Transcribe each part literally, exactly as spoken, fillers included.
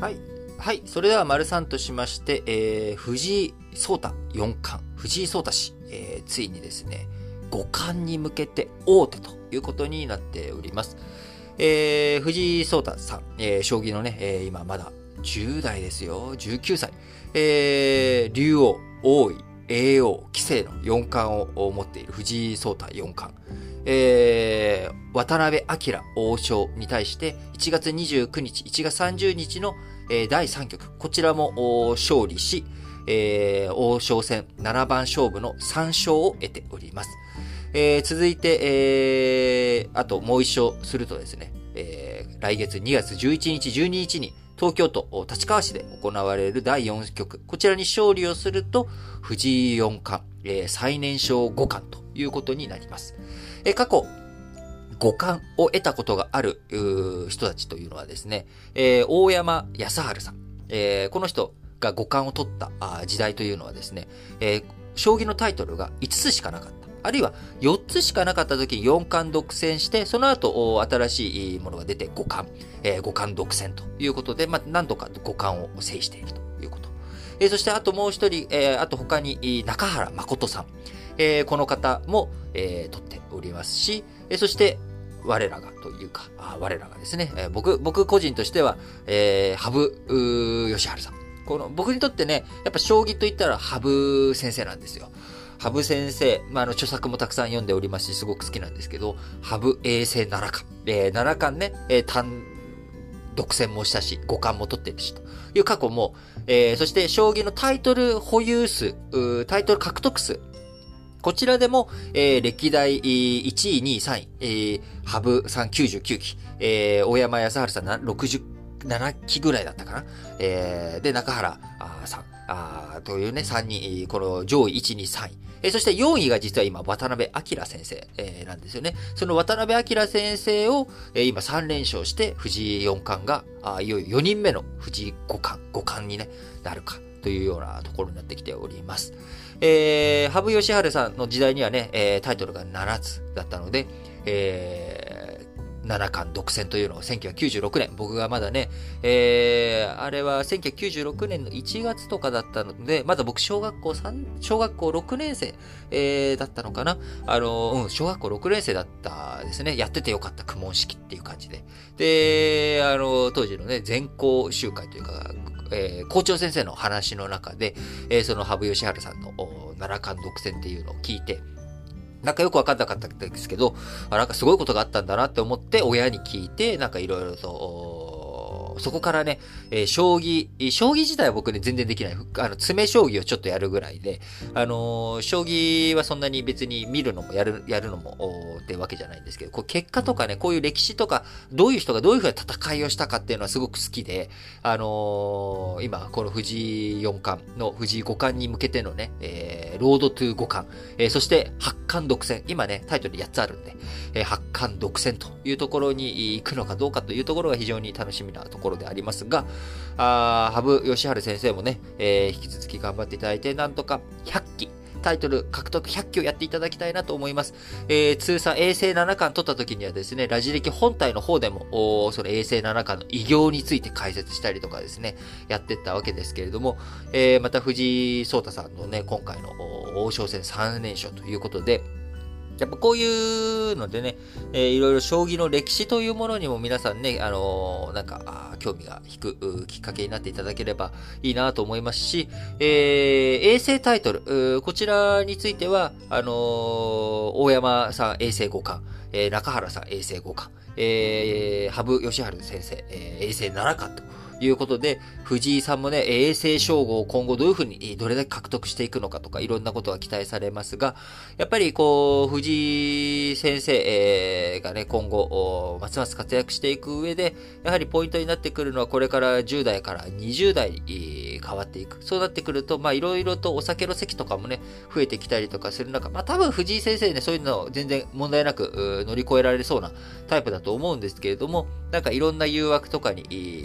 はい。はい。それでは、丸さんとしまして、えー、藤井聡太四冠、藤井聡太氏、えー、ついにですね、五冠に向けて王手ということになっております。えー、藤井聡太さん、えー、将棋のね、えー、今まだじゅう代ですよ。じゅうきゅうさい。えー、竜王、王位、叡王、棋聖の四冠を持っている藤井聡太四冠。えー、渡辺明王将に対していちがつにじゅうくにち、いちがつさんじゅうにちの、えー、だいさんきょく、こちらも勝利し、えー、王将戦ななばん勝負のさん勝を得ております。えー、続いて、えー、あともう一勝するとですね、えー、来月にがつじゅういちにち、じゅうににちに東京都立川市で行われるだいよんきょく、こちらに勝利をすると藤井四冠、えー、最年少五冠ということになります。えー、過去五冠を得たことがある人たちというのはですね、えー、大山康晴さん、えー、この人が五冠を取った時代というのはですね、えー、将棋のタイトルがいつつしかなかった。あるいはよっつしかなかった時によん冠独占して、その後新しいものが出てご冠、えー、ご冠独占ということで、まあ、何度かご冠を制しているということ。えー、そしてあともう一人、えー、あと他に中原誠さん、えー、この方も、えー、取っておりますし、えー、そして我らがというか、あ我らがですね、えー、僕、僕個人としては、えー、羽生善治さん。この僕にとってね、やっぱ将棋といったら羽生先生なんですよ。羽生先生、まあ、あの、著作もたくさん読んでおりますし、すごく好きなんですけど、羽生永世七冠。えー、七冠ね、えー、単独占もしたし、五冠も取ってるし、という過去も、えー、そして将棋のタイトル保有数、タイトル獲得数、こちらでも、えー、歴代いちい、にい、さんい、えー、羽生さんきゅうじゅうきゅうき、えー、大山康晴さんろくじゅうななきぐらいだったかな。えー、で、中原さんあというね、さんにん、この上位いち、に、さんい。えー、そしてよんいが実は今、渡辺明先生、えー、なんですよね。その渡辺明先生を、えー、今さんれん勝して、藤井四冠が、あいよいよよにんめの藤井五冠、五冠に、ね、なるかというようなところになってきております。えー、羽生善治さんの時代にはね、えー、タイトルがななつだったので、えー、七冠独占というのをせんきゅうひゃくきゅうじゅうろくねん、僕がまだね、えー、あれはせんきゅうひゃくきゅうじゅうろくねんのいちがつとかだったので、まだ僕小学校さん、小学校ろくねん生、えー、だったのかな。あの、うん、小学校ろくねん生だったですね。やっててよかった苦問式っていう感じで。で、あの、当時のね、全校集会というか、えー、校長先生の話の中で、えー、その羽生善治さんの七冠独占っていうのを聞いて、なんかよくわかんなかったんですけど、あ、なんかすごいことがあったんだなって思って親に聞いて、なんかいろいろと、そこからね、えー、将棋、将棋自体は僕ね全然できない。あの、詰め将棋をちょっとやるぐらいで、あのー、将棋はそんなに別に見るのもやる、やるのも、ってわけじゃないんですけど、こう結果とかね、こういう歴史とか、どういう人がどういうふうな戦いをしたかっていうのはすごく好きで、あのー、今、この藤井四冠の藤井五冠に向けてのね、えー、ロードトゥー五冠、えー、そして八冠独占、今ね、タイトルやっつあるんで、えー、八冠独占というところに行くのかどうかというところが非常に楽しみなところでありますが、あ羽生善治先生もね、えー、引き続き頑張っていただいて、なんとかひゃっき、タイトル獲得ひゃっきをやっていただきたいなと思います。えー、通算永世七冠取った時にはですね、ラジ歴本体の方でも、その永世七冠の偉業について解説したりとかですね、やってったわけですけれども、えー、また藤井聡太さんのね、今回の王将戦さんれん勝ということで、やっぱこういうのでね、えー、いろいろ将棋の歴史というものにも皆さんね、あのー、なんか、興味が引くきっかけになっていただければいいなと思いますし、えー、永世タイトル、こちらについては、あのー、大山さん永世五冠、えー、中原さん永世五冠、えー、羽生善治先生、えー、永世七冠と、いうことで、藤井さんもね、永世称号を今後どういうふうに、どれだけ獲得していくのかとか、いろんなことが期待されますが、やっぱりこう、藤井先生がね、今後、ますます活躍していく上で、やはりポイントになってくるのは、これからじゅう代からにじゅう代に変わっていく。そうなってくると、まあ、いろいろとお酒の席とかもね、増えてきたりとかする中、まあ、多分藤井先生ね、そういうの全然問題なく乗り越えられそうなタイプだと思うんですけれども、なんかいろんな誘惑とかに、ね、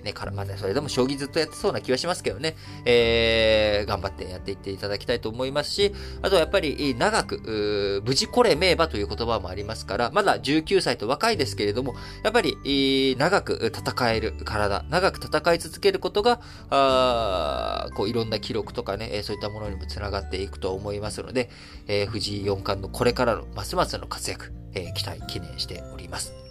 ね、から、まだそれでも将棋ずっとやってそうな気はしますけどね、えー、頑張ってやっていっていただきたいと思いますし、あとはやっぱり長く、無事これ名馬という言葉もありますから、まだじゅうきゅうさいと若いですけれども、やっぱり、長く戦える体、長く戦い続けることが、あこういろんな記録とかね、そういったものにもつながっていくと思いますので、えー、藤井四冠のこれからのますますの活躍、えー、期待、記念しております。